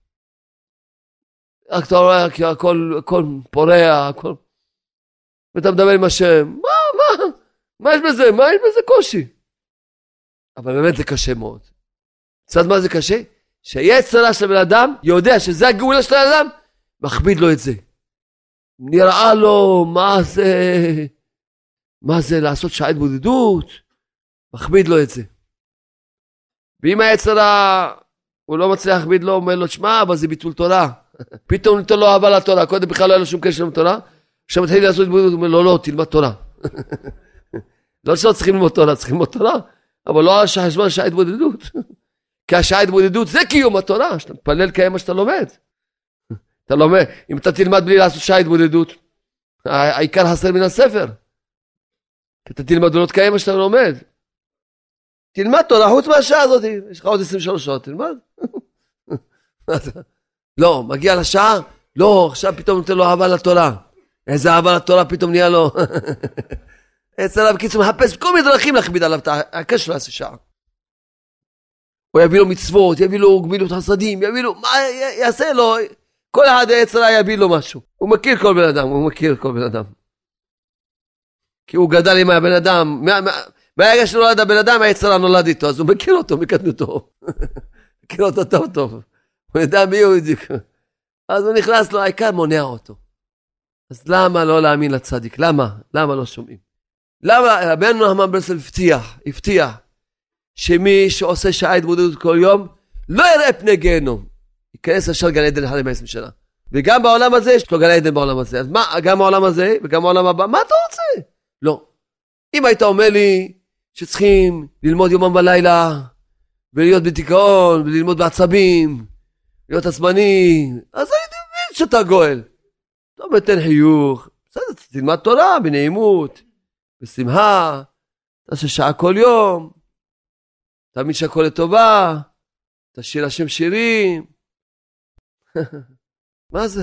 רק אתה רואה כי הכל, הכל פורע, הכל... ואתה מדבר עם השם, מה, מה? מה יש בזה? מה יש בזה קושי? אבל באמת זה קשה מאוד. צד מה זה קשה? שהיצר של בן אדם יודע שזה הגאולה של האדם, מכביד לו את זה. נראה לו מה זה, מה זה לעשות שעה התבודדות, מכביד לו את זה. ואם היצר הוא לא מצליח להכביד לו, הוא אומר לו, שמע, אבל זה ביטול תורה. פתאום ניתן לו אהבה לתורה, קודם בכלל לא היה לו שום קשר לתורה, עכשיו מתחיל לעשות התבודדות, הוא אומר לו, לא, תלמד תורה. לא שלא צריכים ללמוד תורה, צריכים ללמוד תורה, אבל לא חשבון שעה התבודדות. כי השעה התבודדות זה קיום התורה, שאתה מתפלל קיים מה שאתה לומד. אתה לומד, אם אתה תלמד בלי לעשות שעה התבודדות, העיקר חסר מן הספר. כי אתה תלמד ולא תקיים מה שאתה לומד. תלמד תורה חוץ מהשעה הזאת, יש לך עוד עשרים ושלוש שעות, תלמד. לא, מגיע לשעה, לא, עכשיו פתאום נותן לו אהבה לתורה. איזה אהבה לתורה פתאום נהיה לו. אצל בקיצור מחפש כל מיני דרכים להכביד עליו, הקש לא יעשה שעה. הוא יביא לו מצוות, יביא לו גמילות חסדים, יביא לו, מה יעשה לו? כל אחד היצרה יביא לו משהו. הוא מכיר כל בן אדם, הוא מכיר כל בן אדם. כי הוא גדל עם הבן אדם, מהרגע שנולד הבן אדם, היצרה נולד איתו, אז הוא מכיר אותו, מקדמתו. מכיר אותו טוב טוב. הוא יודע מי הוא ידיק. אז הוא נכנס לו, העיקר מונע אותו. אז למה לא להאמין לצדיק? למה? למה לא שומעים? למה? רבנו נחמן ברסלב הבטיח, הבטיח, שמי שעושה שעה התבודדות כל יום, לא יראה פני גיהנום. ייכנס ישר גן עדן אחרי מאה ועשרים שנה. וגם בעולם הזה, יש לו גן עדן בעולם הזה. אז מה, גם בעולם הזה וגם בעולם הבא, מה אתה רוצה? לא. אם היית אומר לי שצריכים ללמוד יומם בלילה, ולהיות בדיכאון, וללמוד בעצבים, להיות עצמני, אז הייתי מבין שאתה גואל. אתה מתן חיוך, בסדר, תלמד תורה בנעימות, בשמחה, תעשה שעה כל יום, תאמין שהכל לטובה, תשאיר השם שירים. מה זה?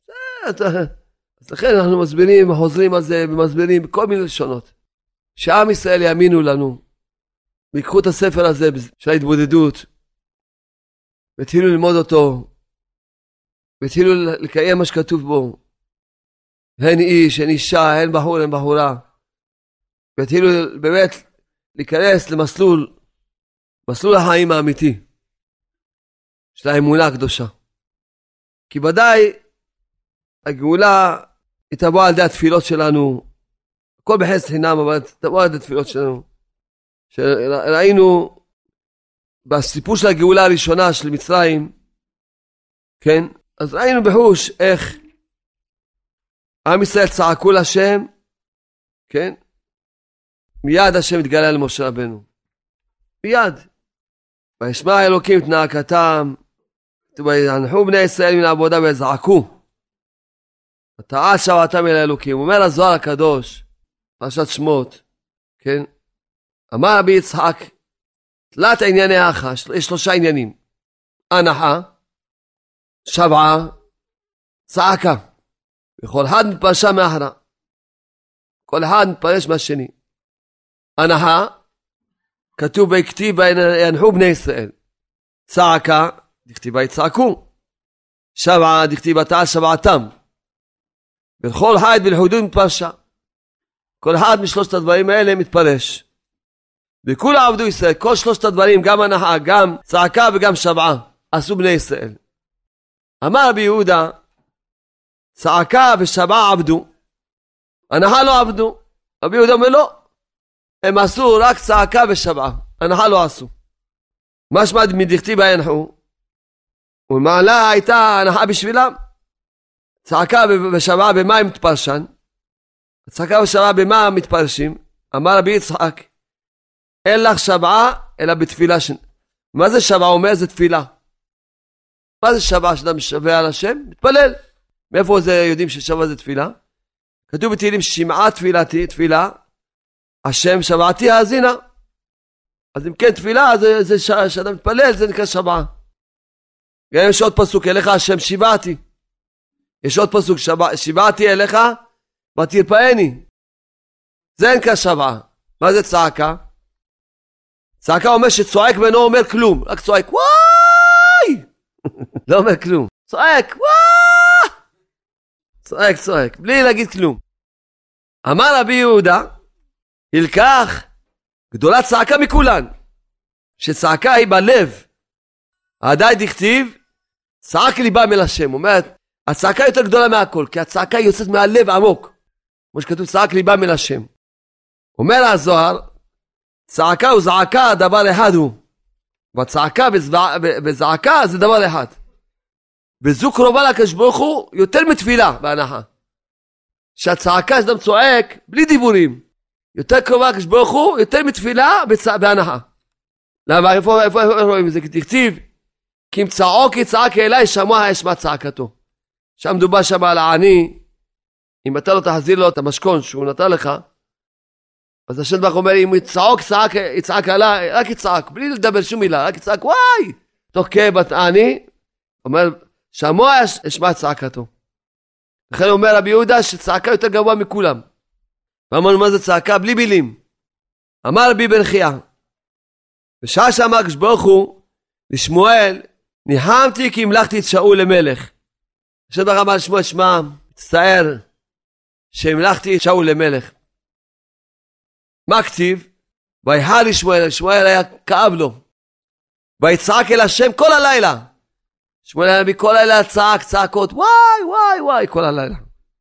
אז לכן אנחנו מסבירים וחוזרים על זה ומסבירים בכל מיני לשונות. שעם ישראל יאמינו לנו, ויקחו את הספר הזה של ההתבודדות, והתחילו ללמוד אותו, והתחילו לקיים מה שכתוב בו. הן איש, הן אישה, הן בחור, הן בחורה. והתחילו באמת להיכנס למסלול, מסלול החיים האמיתי, של האמונה הקדושה. כי ודאי, הגאולה היא תבוא על ידי התפילות שלנו, הכל בחסד חינם, אבל תבוא על ידי התפילות שלנו. שראינו בסיפור של הגאולה הראשונה של מצרים, כן? אז ראינו בחוש איך עם ישראל צעקו לשם, כן? מיד השם התגלה למשה רבנו. מיד. וישמע אלוקים את נאקתם, וינחו בני ישראל מן העבודה וזעקו. ותעש שוועתם אל האלוקים. הוא אומר הזוהר הקדוש, פרשת שמות, כן? אמר רבי יצחק, תלת ענייני אחא, יש שלושה עניינים. הנחה, שבעה, צעקה. וכל אחד מתפרשה מאחרה. כל אחד מתפרש מהשני. הנחה, כתוב וכתיב וינחו בני ישראל. צעקה, דכתיב ויצעקו. שבעה, דכתיב ותעש שבעתם. וכל אחד בלחודות מתפרשה. כל אחד משלושת הדברים האלה מתפרש. וכול עבדו ישראל, כל שלושת הדברים, גם הנחה, גם צעקה וגם שבעה, עשו בני ישראל. אמר רבי יהודה, צעקה ושבעה עבדו, הנחה לא עבדו. רבי יהודה אומר לא, הם עשו רק צעקה ושבעה, הנחה לא עשו. משמע מדכתיב הנחו, ולמעלה הייתה הנחה בשבילם. צעקה ושבעה במה הם מתפרשן? צעקה ושבעה במה מתפרשים? אמר רבי יצחק, אין לך שבעה אלא בתפילה. ש... מה זה שבעה? אומר זה תפילה. מה זה שבעה? שאדם משווה על השם? מתפלל. מאיפה זה יודעים ששבעה זה תפילה? כתוב בתהילים, שמעה תפילתי, תפילה, השם שבעתי האזינה. אז אם כן תפילה, זה, זה ש... שאדם מתפלל, זה נקרא שבעה. גם יש עוד פסוק, אליך השם שיבעתי. יש עוד פסוק, שבע... שיבעתי אליך ותרפאני. זה נקרא שבעה. מה זה צעקה? צעקה אומר שצועק ואינו אומר כלום, רק צועק וואי, לא אומר כלום, צועק וואי, צועק צועק בלי להגיד כלום. אמר רבי יהודה, ילקח גדולת צעקה מכולן, שצעקה היא בלב. עדיין דכתיב צעק ליבם אל השם. אומרת הצעקה יותר גדולה מהכל, כי הצעקה היא יוצאת מהלב עמוק, כמו שכתוב צעק ליבם אל השם. אומר הזוהר, צעקה וזעקה דבר אחד הוא, וצעקה וזעקה זה דבר אחד, וזו קרובה לקדוש ברוך הוא יותר מתפילה בהנחה. שהצעקה שאדם צועק בלי דיבורים יותר קרובה לקדוש ברוך הוא יותר מתפילה בצע... בהנחה. למה? איפה, איפה, איפה רואים את זה? תכתיב, כי אם צעוק יצעק אליי שמוע אשמע צעקתו. שם דובר שם על העני, אם אתה לא תחזיר לו את המשכון שהוא נתן לך, אז השם ברוך אומר, אם הוא יצעוק, צעק, יצעק עליי, רק יצעק, בלי לדבר שום מילה, רק יצעק, וואי! תוך כאב עני, אומר, שמוע אשמע צעקתו. לכן אומר רבי יהודה שצעקה יותר גבוה מכולם. ואמרנו מה זה צעקה? בלי מילים. אמר רבי ברכיה, בשעה שאמר הקדוש ברוך הוא לשמואל, ניחמתי כי המלכתי את שאול למלך. השם ברוך אמר לשמואל, שמע, מצטער שהמלכתי את שאול למלך. מה כתיב? ויחר לשמואל, שמואל היה כאב לו, ויצעק אל השם כל הלילה. שמואל הנביא כל הלילה צעק צעקות, וואי וואי וואי כל הלילה.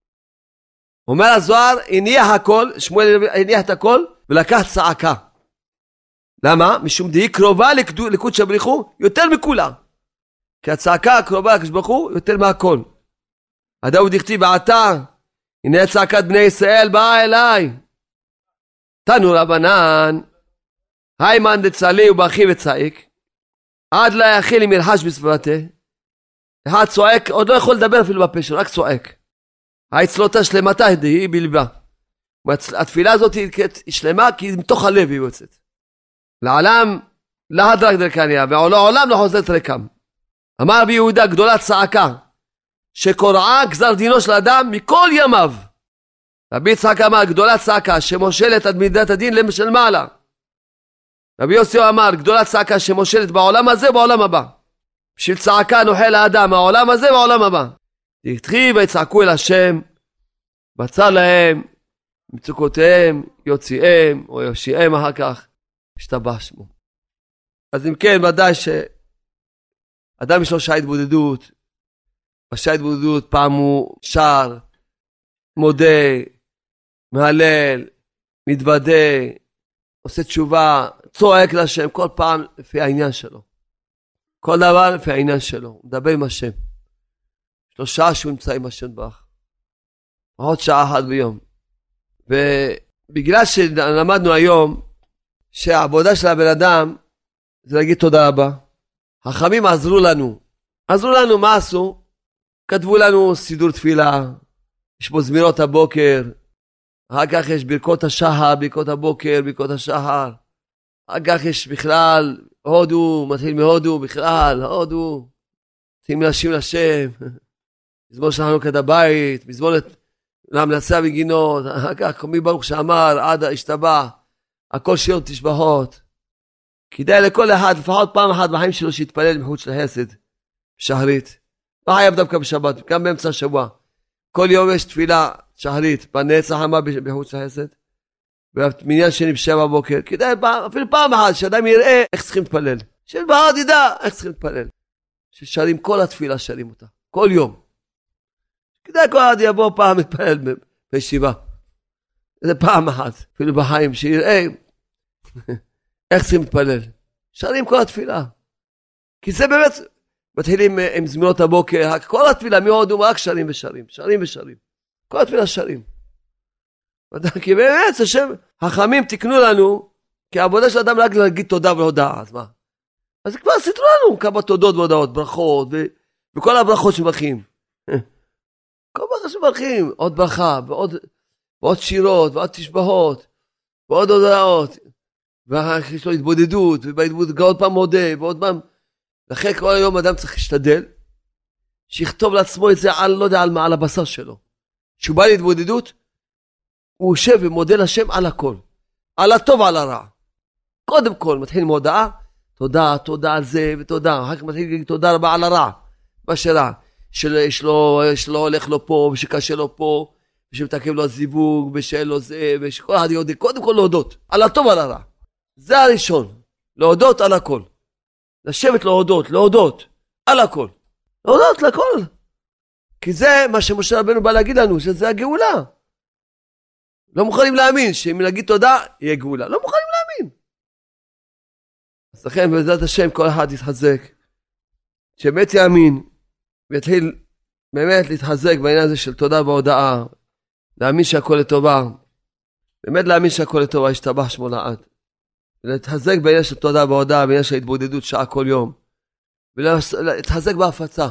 אומר הזוהר, הניח הכל, שמואל הניח את הכל ולקח צעקה. למה? משום דהי קרובה לקודש בריך הוא יותר מכולה, כי הצעקה הקרובה לקודש בריך הוא יותר מהכל. הדאוד דכתיב, ועתה הנה צעקת בני ישראל באה אליי, תנו רבנן, היימן דצלי וברכי וצעק, עד לה יכיל אם ילחש בסביבתה. אחד צועק, עוד לא יכול לדבר אפילו בפה שלו, רק צועק. האצלותה שלמתה היא בלבה. התפילה הזאת היא שלמה כי היא מתוך הלב היא יוצאת. לעולם להדרק דרקניה, והעולם לא חוזרת ריקם. אמר רבי יהודה, גדולה צעקה, שקורעה גזר דינו של אדם מכל ימיו. רבי יצחק אמר, גדולה צעקה שמושלת עד מידת הדין של מעלה. רבי יוסי אמר, גדולה צעקה שמושלת בעולם הזה ובעולם הבא. בשביל צעקה נוחל האדם העולם הזה והעולם הבא. תכתיב ויצעקו אל השם, בצר להם מצוקותיהם, יוציאם או יושיעם אחר כך, השתבח שמו. אז אם כן, ודאי שאדם יש לו שעה התבודדות, בשעה התבודדות פעם הוא שר, מודה, מהלל, מתוודה, עושה תשובה, צועק לשם, כל פעם לפי העניין שלו. כל דבר לפי העניין שלו, הוא מדבר עם השם. יש לו שעה שהוא נמצא עם השם ברך. עוד שעה אחת ביום. ובגלל שלמדנו היום שהעבודה של הבן אדם זה להגיד תודה רבה. החכמים עזרו לנו. עזרו לנו, מה עשו? כתבו לנו סידור תפילה, יש בו זמירות הבוקר, אחר כך יש ברכות השחר, ברכות הבוקר, ברכות השחר, אחר כך יש בכלל הודו, מתחיל מהודו, בכלל, הודו, מתחיל מלשים לשם, מזמור של חנוכת הבית, מזמור להמלצה בגינות, אחר כך מי ברוך שאמר, עד השתבח, הכל שיר תשבחות. כדאי לכל אחד, לפחות פעם אחת בחיים שלו שיתפלל מחוץ לחסד, שחרית. לא חייב דווקא בשבת, גם באמצע השבוע. כל יום יש תפילה שחרית, בנץ החמה בחוץ לחסד, ובמניין שני בשבע בוקר. כדאי אפילו פעם אחת, שאדם יראה איך צריכים להתפלל. שבעד ידע איך צריכים להתפלל. ששרים כל התפילה, שרים אותה. כל יום. כדאי כל אחד יבוא פעם מתפלל בישיבה. זה פעם אחת, אפילו בחיים, שיראה איך צריכים להתפלל. שרים כל התפילה. כי זה באמת, מתחילים עם זמינות הבוקר, כל התפילה, מי עוד הוא רק שרים ושרים, שרים ושרים. כל התפילה שרים. כי באמת, השם, החכמים תקנו לנו, כי העבודה של האדם רק להגיד תודה והודעה, אז מה? אז כבר סיתרו לנו כמה תודות והודעות, ברכות, ו... וכל הברכות שמברכים. כל ברכה שמברכים, עוד ברכה, ועוד, ועוד שירות, ועוד תשבחות, ועוד הודעות, ויש לו התבודדות, ובהתבודדות עוד פעם מודה, ועוד פעם, לכן כל היום אדם צריך להשתדל, שיכתוב לעצמו את זה על, לא יודע, על מה, על הבשר שלו. כשהוא בא להתבודדות, הוא יושב ומודה לשם על הכל. על הטוב ועל הרע. קודם כל, מתחיל עם הודעה, תודה, תודה על זה, ותודה. אחר כך מתחיל להגיד תודה רבה על הרע. מה שרע. שלא, שלא הולך לו פה, ושקשה לו פה, ושמתעכב לו הזיווג, ושאין לו זה, ושכל אחד יודע. קודם כל להודות. על הטוב ועל הרע. זה הראשון. להודות על הכל. לשבת להודות, להודות. על הכל. להודות לכל. כי זה מה שמשה רבנו בא להגיד לנו, שזה הגאולה. לא מוכנים להאמין שאם נגיד תודה, יהיה גאולה. לא מוכנים להאמין. אז לכן בעזרת השם כל אחד יתחזק. שבאמת יאמין, ויתחיל באמת להתחזק בעניין הזה של תודה והודעה. להאמין שהכל לטובה. באמת להאמין שהכל לטובה, ישתבח שמו לעד. ולהתחזק בעניין של תודה והודעה, בעניין של התבודדות שעה כל יום. ולהתחזק בהפצה.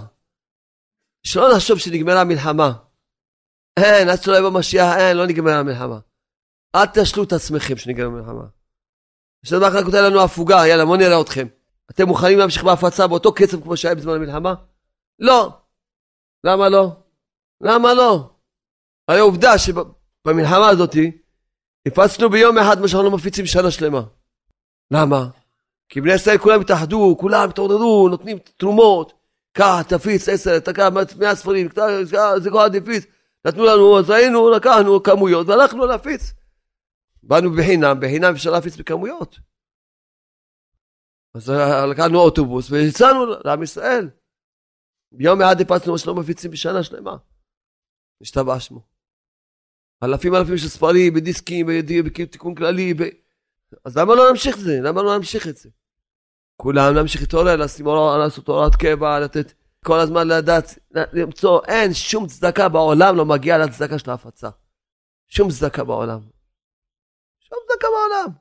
שלא נחשוב שנגמרה מלחמה. אין, עד שלא יבוא משיח, אין, לא נגמרה המלחמה. אל תשלו את עצמכם שנגמרה המלחמה. יש לנו רק כותב לנו הפוגה, יאללה, בוא נראה אתכם. אתם מוכנים להמשיך בהפצה באותו קצב כמו שהיה בזמן המלחמה? לא. למה לא? למה לא? הרי עובדה שבמלחמה הזאת, הפצנו ביום אחד מה שאנחנו לא מפיצים שנה שלמה. למה? כי בני ישראל כולם התאחדו, כולם התעוררו, נותנים תרומות, קח, תפיץ, עשר, תקח, מאה ספרים, זה כל הדפיץ. נתנו לנו, אז היינו, לקחנו כמויות, והלכנו להפיץ. באנו בחינם, בחינם אפשר להפיץ בכמויות. אז לקחנו אוטובוס, והצענו לעם ישראל. ביום אחד הפצנו מה שלא מפיצים בשנה שלמה. נשתבח שמו. אלפים אלפים של ספרים, בדיסקים, בתיקון כללי. ב... אז למה לא נמשיך את זה? למה לא נמשיך את זה? כולם נמשיך להתעורר, לעשות תורת קבע, לתת כל הזמן לדעת, למצוא, אין שום צדקה בעולם לא מגיע לצדקה של ההפצה. שום צדקה בעולם. שום צדקה בעולם.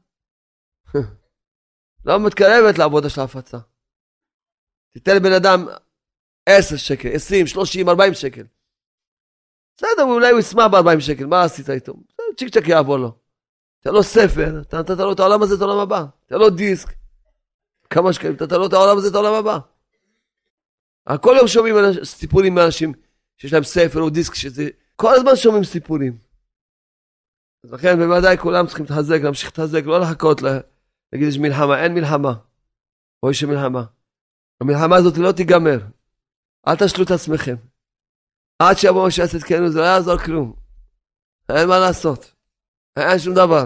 לא מתקרבת לעבודה של ההפצה. תיתן לבן אדם עשר שקל, עשרים, שלושים, ארבעים שקל. בסדר, אולי הוא ישמח ב-ארבעים שקל, מה עשית איתו? צ'יק צ'ק יעבור לו. תן לו ספר, תן לו את העולם הזה, את העולם הבא. תן לו דיסק. כמה שקלים, תן לו את העולם הזה, את העולם הבא. כל יום שומעים סיפורים מאנשים שיש להם ספר או דיסק, שזה, כל הזמן שומעים סיפורים. אז לכן בוודאי כולם צריכים להתחזק, להמשיך להתחזק, לא לחכות, להגיד יש מלחמה, אין מלחמה. או יש מלחמה. המלחמה הזאת לא תיגמר. אל תשלו את עצמכם. עד שיבוא משה צדקנו, זה לא יעזור כלום. אין מה לעשות. אין שום דבר.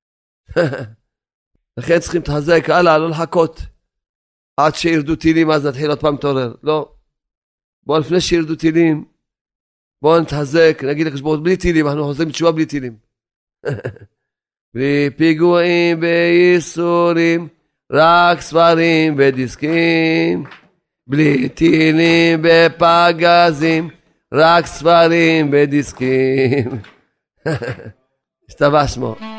לכן צריכים להתחזק, הלאה, לא לחכות. עד שירדו טילים, אז נתחיל עוד פעם תורר. לא. בואו לפני שירדו טילים, בואו נתחזק, נגיד לחשבות בלי טילים, אנחנו חוזרים בתשובה בלי טילים. בלי פיגועים בייסורים, רק ספרים ודיסקים. בלי טילים בפגזים, רק ספרים ודיסקים. השתבח שמו.